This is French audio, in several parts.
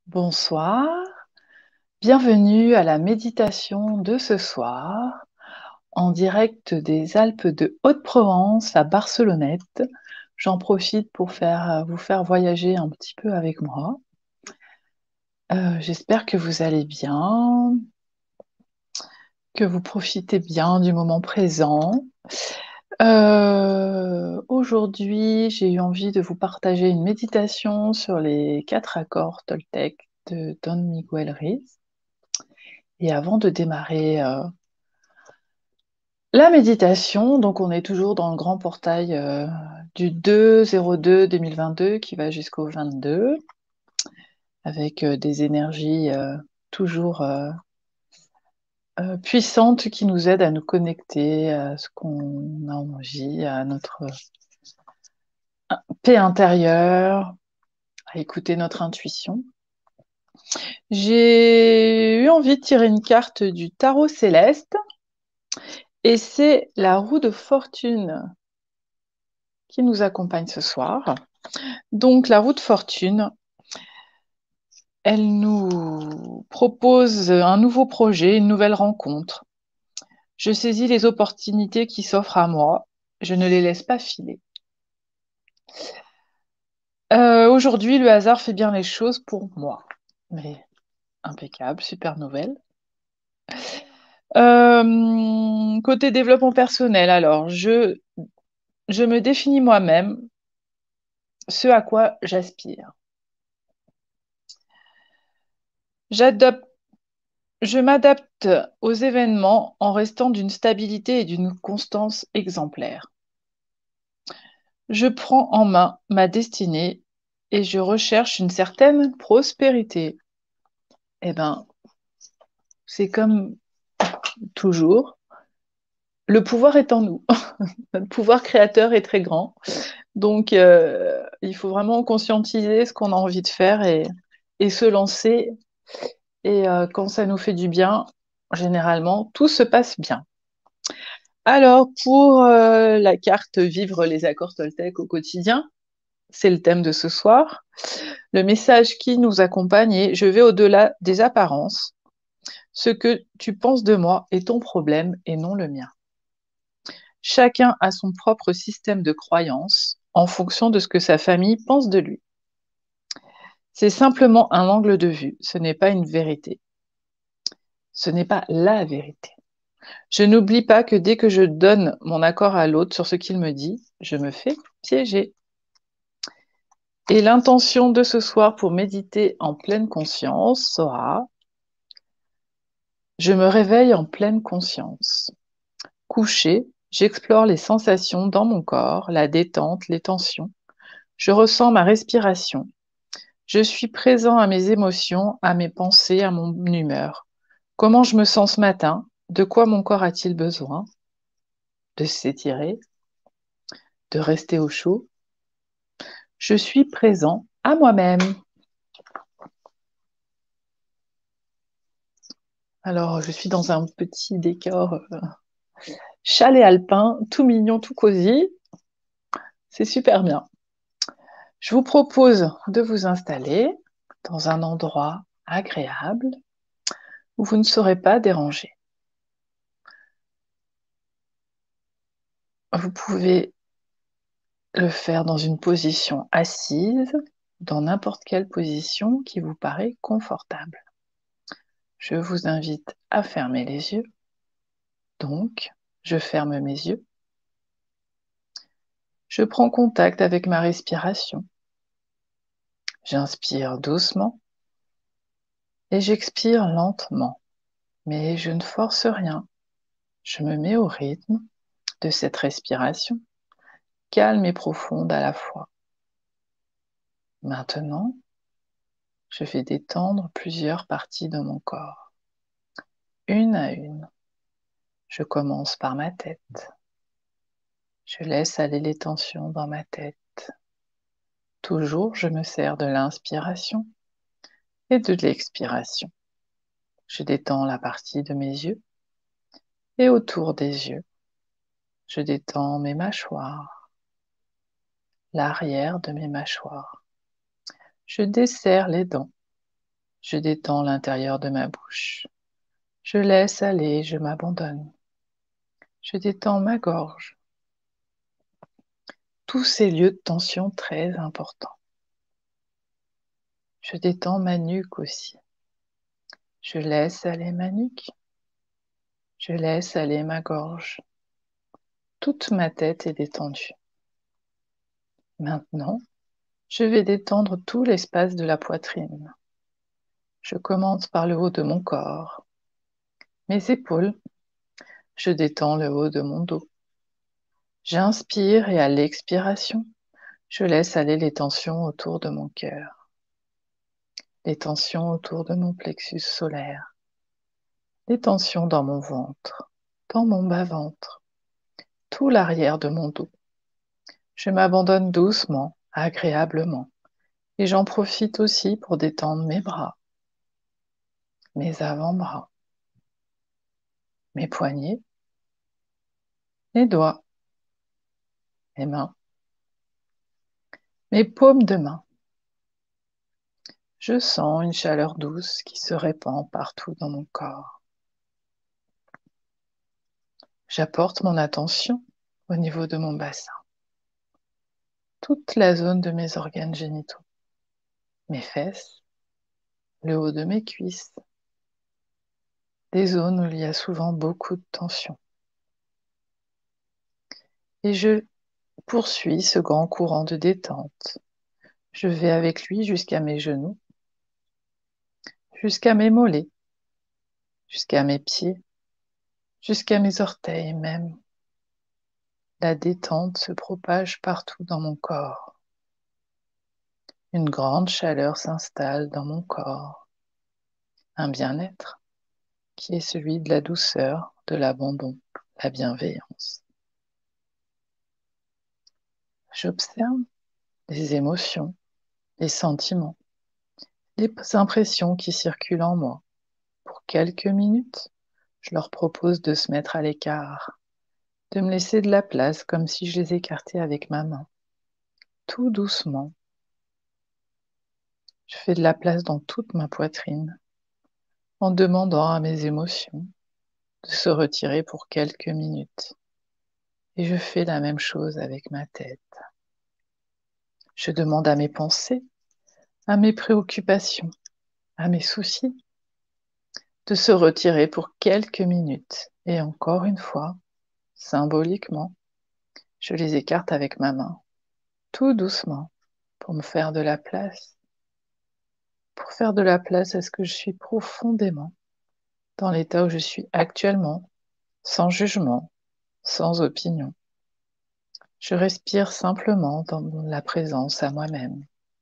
Bonsoir, bienvenue à la méditation de ce soir, en direct des Alpes de Haute-Provence à Barcelonnette. J'en profite pour vous faire voyager un petit peu avec moi. J'espère que vous allez bien, que vous profitez bien du moment présent. Aujourd'hui, j'ai eu envie de vous partager une méditation sur les 4 accords Toltec de Don Miguel Ruiz. Et avant de démarrer la méditation, donc on est toujours dans le grand portail du 2-02-2022 qui va jusqu'au 22, avec des énergies toujours puissantes qui nous aident à nous connecter à ce qu'on a envie, à notre paix intérieure, à écouter notre intuition. J'ai eu envie de tirer une carte du tarot céleste et c'est la roue de fortune qui nous accompagne ce soir. Donc la roue de fortune, elle nous propose un nouveau projet, une nouvelle rencontre. Je saisis les opportunités qui s'offrent à moi, je ne les laisse pas filer. Aujourd'hui, le hasard fait bien les choses pour moi. Mais impeccable, super nouvelle. Côté développement personnel, alors, je me définis moi-même ce à quoi j'aspire. J'adopte Je m'adapte aux événements en restant d'une stabilité et d'une constance exemplaires. Je prends en main ma destinée et je recherche une certaine prospérité. Eh ben, c'est comme toujours, le pouvoir est en nous. Notre pouvoir créateur est très grand. Donc, il faut vraiment conscientiser ce qu'on a envie de faire et se lancer. Et quand ça nous fait du bien, généralement, tout se passe bien. Alors, pour la carte Vivre les accords Toltec au quotidien, c'est le thème de ce soir. Le message qui nous accompagne est: je vais au-delà des apparences. Ce que tu penses de moi est ton problème et non le mien. Chacun a son propre système de croyances en fonction de ce que sa famille pense de lui. C'est simplement un angle de vue, ce n'est pas une vérité. Ce n'est pas la vérité. Je n'oublie pas que dès que je donne mon accord à l'autre sur ce qu'il me dit, je me fais piéger. Et l'intention de ce soir pour méditer en pleine conscience sera: je me réveille en pleine conscience. Couché, j'explore les sensations dans mon corps, la détente, les tensions. Je ressens ma respiration. Je suis présent à mes émotions, à mes pensées, à mon humeur. Comment je me sens ce matin? De quoi mon corps a-t-il besoin? De s'étirer, de rester au chaud. Je suis présent à moi-même. Alors, je suis dans un petit décor chalet alpin, tout mignon, tout cosy. C'est super bien. Je vous propose de vous installer dans un endroit agréable où vous ne serez pas dérangé. Vous pouvez le faire dans une position assise, dans n'importe quelle position qui vous paraît confortable. Je vous invite à fermer les yeux. Donc, je ferme mes yeux. Je prends contact avec ma respiration. J'inspire doucement et j'expire lentement. Mais je ne force rien. Je me mets au rythme de cette respiration, calme et profonde à la fois. Maintenant, je vais détendre plusieurs parties de mon corps, une à une. Je commence par ma tête. Je laisse aller les tensions dans ma tête. Toujours, je me sers de l'inspiration et de l'expiration. Je détends la partie de mes yeux et autour des yeux. Je détends mes mâchoires, l'arrière de mes mâchoires. Je desserre les dents. Je détends l'intérieur de ma bouche. Je laisse aller, je m'abandonne. Je détends ma gorge. Tous ces lieux de tension très importants. Je détends ma nuque aussi. Je laisse aller ma nuque. Je laisse aller ma gorge. Toute ma tête est détendue. Maintenant, je vais détendre tout l'espace de la poitrine. Je commence par le haut de mon corps, mes épaules. Je détends le haut de mon dos. J'inspire et à l'expiration, je laisse aller les tensions autour de mon cœur, les tensions autour de mon plexus solaire, les tensions dans mon ventre, dans mon bas-ventre, tout l'arrière de mon dos. Je m'abandonne doucement, agréablement, et j'en profite aussi pour détendre mes bras, mes avant-bras, mes poignets, mes doigts, mes mains, mes paumes de main. Je sens une chaleur douce qui se répand partout dans mon corps. J'apporte mon attention au niveau de mon bassin, toute la zone de mes organes génitaux, mes fesses, le haut de mes cuisses, des zones où il y a souvent beaucoup de tension. Et je poursuis ce grand courant de détente. Je vais avec lui jusqu'à mes genoux, jusqu'à mes mollets, jusqu'à mes pieds, jusqu'à mes orteils même. La détente se propage partout dans mon corps. Une grande chaleur s'installe dans mon corps. Un bien-être qui est celui de la douceur, de l'abandon, la bienveillance. J'observe les émotions, les sentiments, les impressions qui circulent en moi. Pour quelques minutes, je leur propose de se mettre à l'écart, de me laisser de la place comme si je les écartais avec ma main. Tout doucement, je fais de la place dans toute ma poitrine, en demandant à mes émotions de se retirer pour quelques minutes. Et je fais la même chose avec ma tête. Je demande à mes pensées, à mes préoccupations, à mes soucis, de se retirer pour quelques minutes. Et encore une fois, symboliquement, je les écarte avec ma main, tout doucement, pour me faire de la place, pour faire de la place à ce que je suis profondément, dans l'état où je suis actuellement, sans jugement, sans opinion. Je respire simplement dans la présence à moi-même.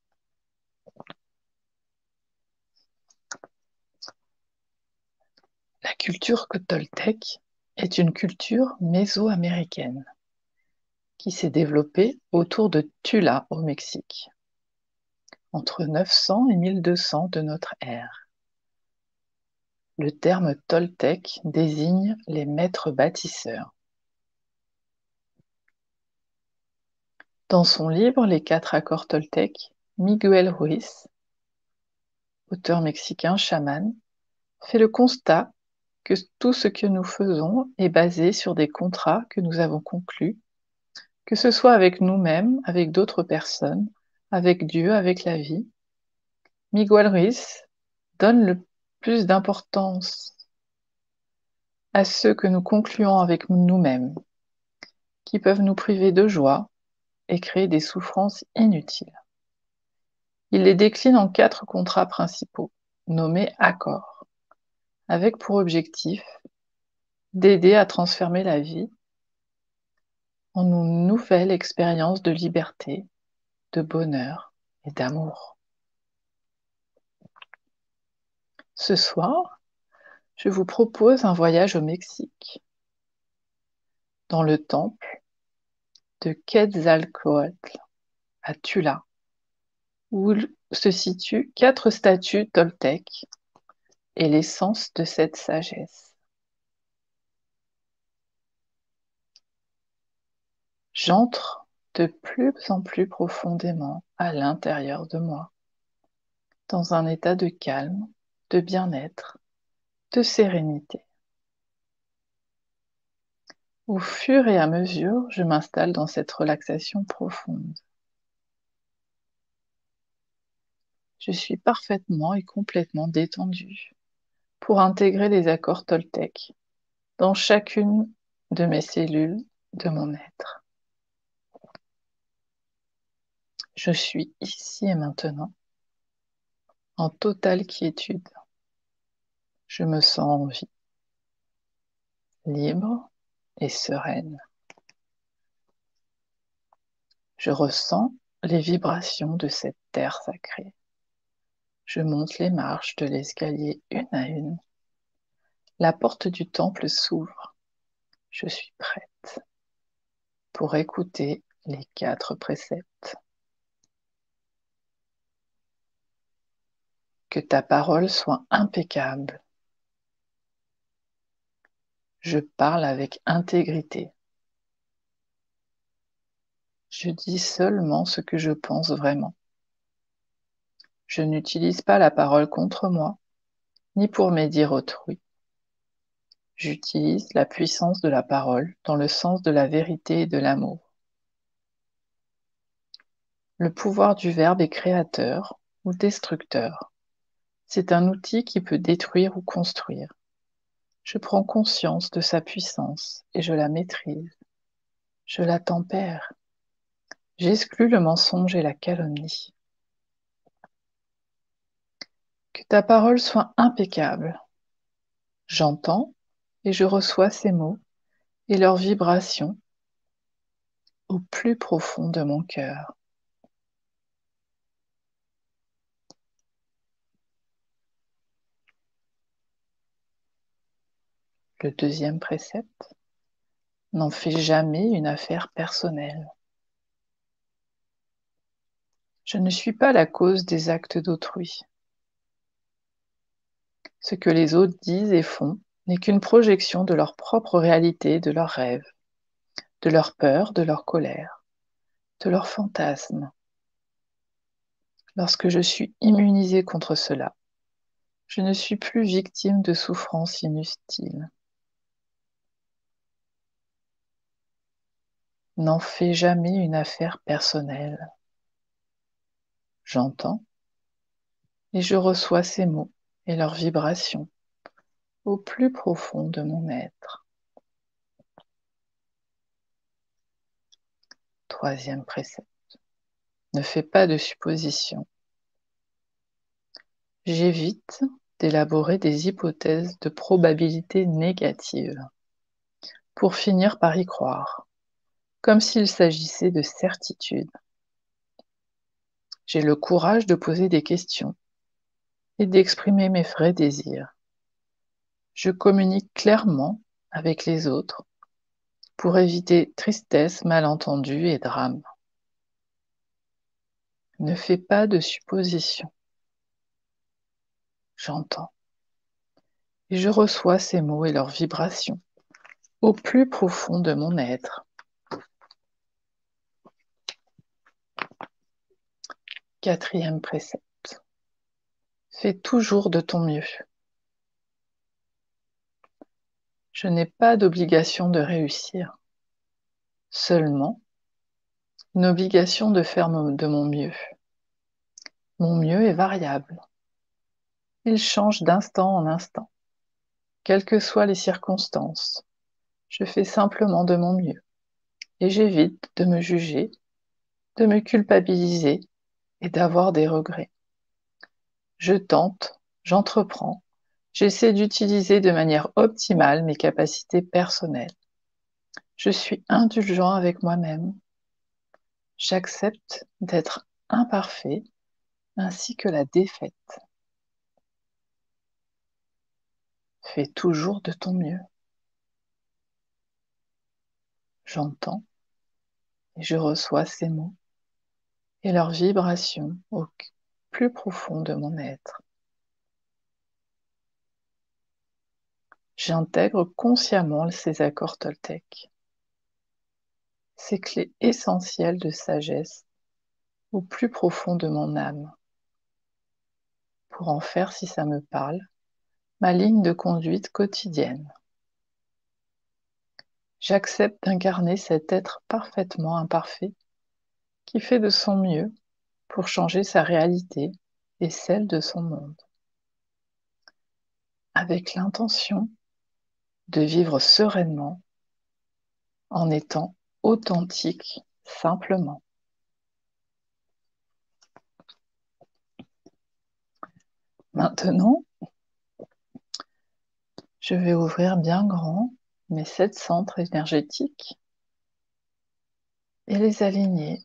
La culture toltèque est une culture mésoaméricaine qui s'est développée autour de Tula au Mexique, entre 900 et 1200 de notre ère. Le terme toltèque désigne les maîtres bâtisseurs. Dans son livre Les 4 accords toltèques, Miguel Ruiz, auteur mexicain chaman, fait le constat que tout ce que nous faisons est basé sur des contrats que nous avons conclus, que ce soit avec nous-mêmes, avec d'autres personnes, avec Dieu, avec la vie. Miguel Ruiz donne le plus d'importance à ceux que nous concluons avec nous-mêmes, qui peuvent nous priver de joie et créer des souffrances inutiles. Il les décline en 4 contrats principaux, nommés accords, avec pour objectif d'aider à transformer la vie en une nouvelle expérience de liberté, de bonheur et d'amour. Ce soir, je vous propose un voyage au Mexique, dans le temple de Quetzalcoatl, à Tula, où se situent 4 statues toltèques et l'essence de cette sagesse. J'entre de plus en plus profondément à l'intérieur de moi. dans un état de calme, de bien-être, de sérénité. Au fur et à mesure, je m'installe dans cette relaxation profonde. Je suis parfaitement et complètement détendue pour intégrer les accords Toltec dans chacune de mes cellules de mon être. Je suis ici et maintenant en totale quiétude. Je me sens en vie, libre et sereine. Je ressens les vibrations de cette terre sacrée. Je monte les marches de l'escalier une à une. La porte du temple s'ouvre. Je suis prête pour écouter les 4 préceptes. Que ta parole soit impeccable. Je parle avec intégrité. Je dis seulement ce que je pense vraiment. Je n'utilise pas la parole contre moi, ni pour médire autrui. J'utilise la puissance de la parole dans le sens de la vérité et de l'amour. Le pouvoir du verbe est créateur ou destructeur. C'est un outil qui peut détruire ou construire. Je prends conscience de sa puissance et je la maîtrise. Je la tempère. J'exclus le mensonge et la calomnie. Que ta parole soit impeccable. J'entends et je reçois ces mots et leurs vibrations au plus profond de mon cœur. Le deuxième précepte, n'en fais jamais une affaire personnelle. Je ne suis pas la cause des actes d'autrui. Ce que les autres disent et font n'est qu'une projection de leur propre réalité, de leurs rêves, de leurs peurs, de leur colère, de leurs fantasmes. Lorsque je suis immunisée contre cela, je ne suis plus victime de souffrances inutiles. N'en fais jamais une affaire personnelle. J'entends et je reçois ces mots et leurs vibrations au plus profond de mon être. Troisième précepte. Ne fais pas de suppositions. J'évite d'élaborer des hypothèses de probabilité négative pour finir par y croire, comme s'il s'agissait de certitude. J'ai le courage de poser des questions et d'exprimer mes vrais désirs. Je communique clairement avec les autres pour éviter tristesse, malentendus et drames. Ne fais pas de suppositions. J'entends et je reçois ces mots et leurs vibrations au plus profond de mon être. Quatrième précepte. Fais toujours de ton mieux. Je n'ai pas d'obligation de réussir, seulement une obligation de faire de mon mieux. Mon mieux est variable. Il change d'instant en instant, quelles que soient les circonstances. Je fais simplement de mon mieux et j'évite de me juger, de me culpabiliser et d'avoir des regrets. Je tente, j'entreprends, j'essaie d'utiliser de manière optimale mes capacités personnelles. Je suis indulgent avec moi-même. J'accepte d'être imparfait ainsi que la défaite. Fais toujours de ton mieux. J'entends et je reçois ces mots et leurs vibrations au plus profond de mon être. J'intègre consciemment ces accords Toltec, ces clés essentielles de sagesse au plus profond de mon âme. pour en faire, si ça me parle, ma ligne de conduite quotidienne. J'accepte d'incarner cet être parfaitement imparfait qui fait de son mieux pour changer sa réalité et celle de son monde, avec l'intention de vivre sereinement en étant authentique simplement. Maintenant, je vais ouvrir bien grand mes 7 centres énergétiques et les aligner.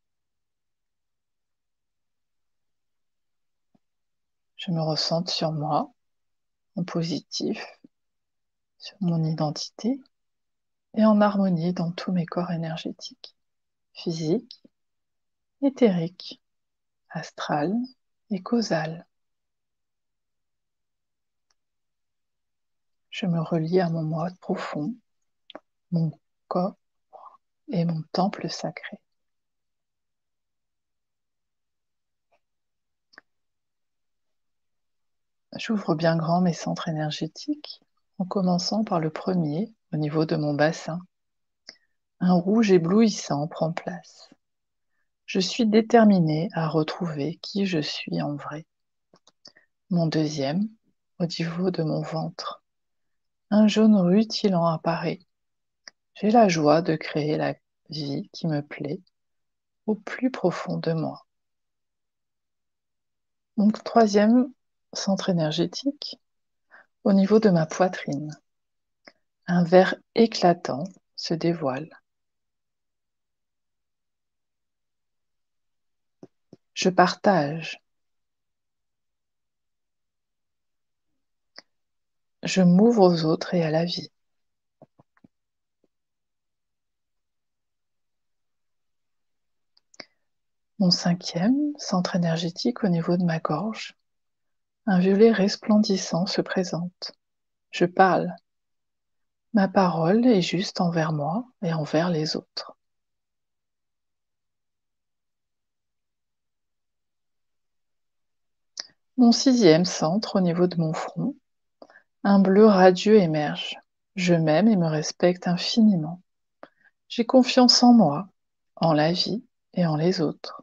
Je me ressente sur moi, en positif, sur mon identité et en harmonie dans tous mes corps énergétiques, physique, éthérique, astral et causal. Je me relie à mon moi profond, mon corps et mon temple sacré. J'ouvre bien grand mes centres énergétiques en commençant par le premier au niveau de mon bassin. Un rouge éblouissant prend place. Je suis déterminée à retrouver qui je suis en vrai. Mon deuxième, au niveau de mon ventre. Un jaune rutilant apparaît. J'ai la joie de créer la vie qui me plaît au plus profond de moi. Mon troisième centre énergétique, au niveau de ma poitrine. Un vert éclatant se dévoile. Je partage. Je m'ouvre aux autres et à la vie. Mon cinquième centre énergétique au niveau de ma gorge. Un violet resplendissant se présente. Je parle. Ma parole est juste envers moi et envers les autres. Mon sixième centre au niveau de mon front. Un bleu radieux émerge. Je m'aime et me respecte infiniment. J'ai confiance en moi, en la vie et en les autres.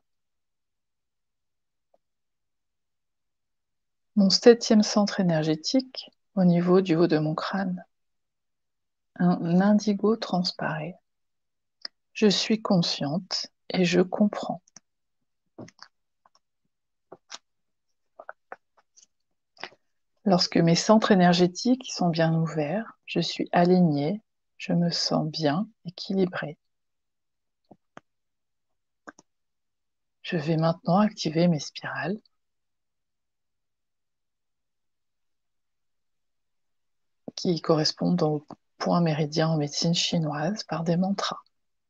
Mon septième centre énergétique, au niveau du haut de mon crâne. Un indigo transparaît. Je suis consciente et je comprends. Lorsque mes centres énergétiques sont bien ouverts, je suis alignée, je me sens bien équilibrée. Je vais maintenant activer mes spirales qui correspondent aux points méridiens en médecine chinoise par des mantras.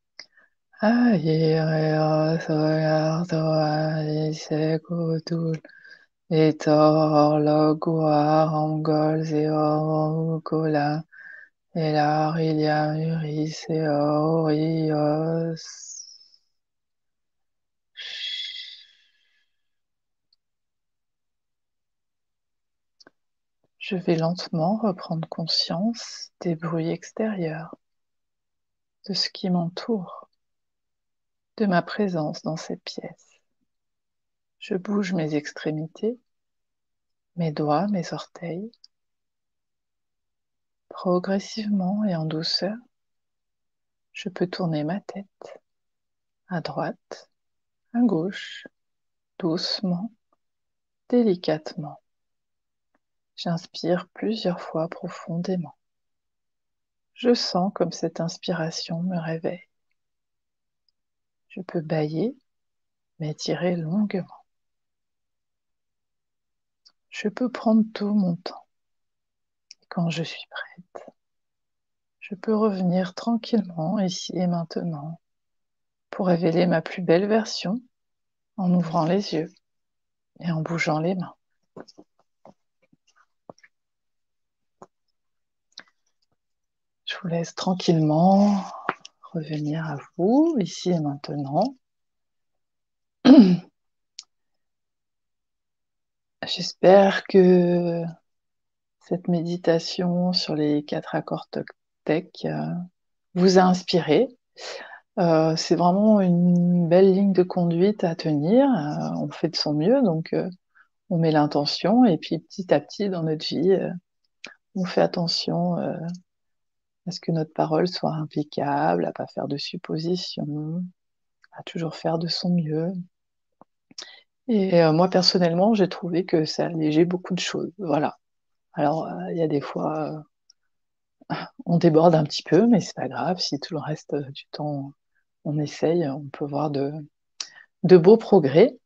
Je vais lentement reprendre conscience des bruits extérieurs, de ce qui m'entoure, de ma présence dans cette pièce. Je bouge mes extrémités, mes doigts, mes orteils. Progressivement et en douceur, je peux tourner ma tête à droite, à gauche, doucement, délicatement. J'inspire plusieurs fois profondément. Je sens comme cette inspiration me réveille. Je peux bâiller, m'étirer longuement. Je peux prendre tout mon temps. Et quand je suis prête, je peux revenir tranquillement ici et maintenant pour révéler ma plus belle version en ouvrant les yeux et en bougeant les mains. Je vous laisse tranquillement revenir à vous, ici et maintenant. J'espère que cette méditation sur les 4 accords Toltec vous a inspiré. C'est vraiment une belle ligne de conduite à tenir. On fait de son mieux, donc on met l'intention et puis petit à petit dans notre vie, on fait attention à ce que notre parole soit impeccable, à pas faire de suppositions, à toujours faire de son mieux. Et moi personnellement, j'ai trouvé que ça allégeait beaucoup de choses. Voilà. Alors, il y a des fois, on déborde un petit peu, mais c'est pas grave. Si tout le reste du temps on essaye, on peut voir de beaux progrès.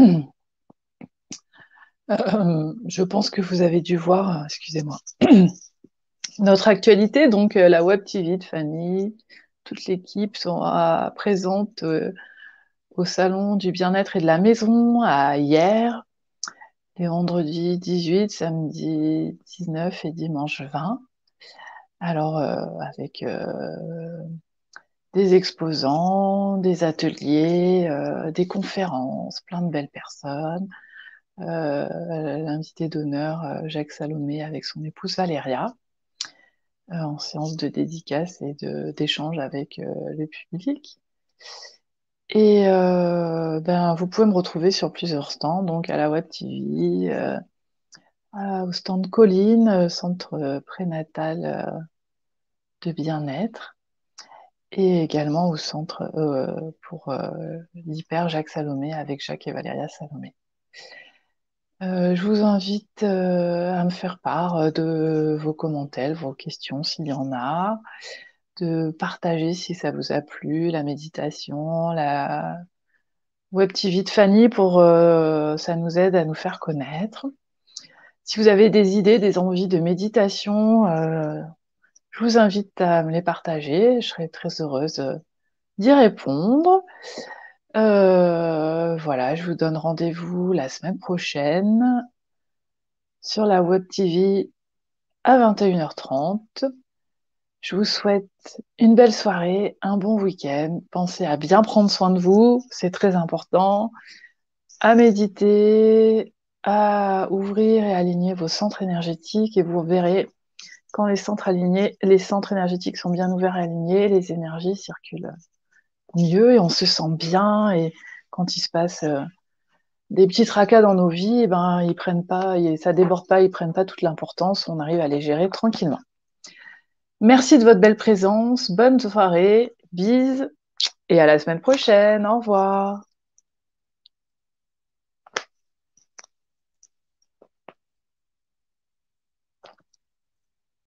Je pense que vous avez dû voir, excusez-moi, notre actualité, donc la Web TV de Fanny, toute l'équipe sont présente au salon du bien-être et de la maison hier, les vendredis 18, samedi 19 et dimanche 20. Alors avec des exposants, des ateliers, des conférences, plein de belles personnes. L'invité d'honneur, Jacques Salomé, avec son épouse Valéria, en séance de dédicace et d'échange avec le public. Et vous pouvez me retrouver sur plusieurs stands, donc à la Web TV, au stand Colline, centre prénatal de bien-être, et également au centre pour l'hyper Jacques Salomé avec Jacques et Valéria Salomé. Je vous invite à me faire part de vos commentaires, vos questions s'il y en a, de partager si ça vous a plu, la méditation, la Web TV de Fanny, ça nous aide à nous faire connaître. Si vous avez des idées, des envies de méditation, je vous invite à me les partager, je serai très heureuse d'y répondre. Voilà, je vous donne rendez-vous la semaine prochaine sur la Web TV à 21h30. Je vous souhaite une belle soirée, un bon week-end. Pensez à bien prendre soin de vous, c'est très important, à méditer, à ouvrir et aligner vos centres énergétiques et vous verrez, quand les centres énergétiques sont bien ouverts et alignés, les énergies circulent mieux et on se sent bien. Et quand il se passe des petits tracas dans nos vies, ils prennent pas, ça déborde pas, ils prennent pas toute l'importance, on arrive à les gérer tranquillement. Merci de votre belle présence, bonne soirée, bises et à la semaine prochaine, au revoir.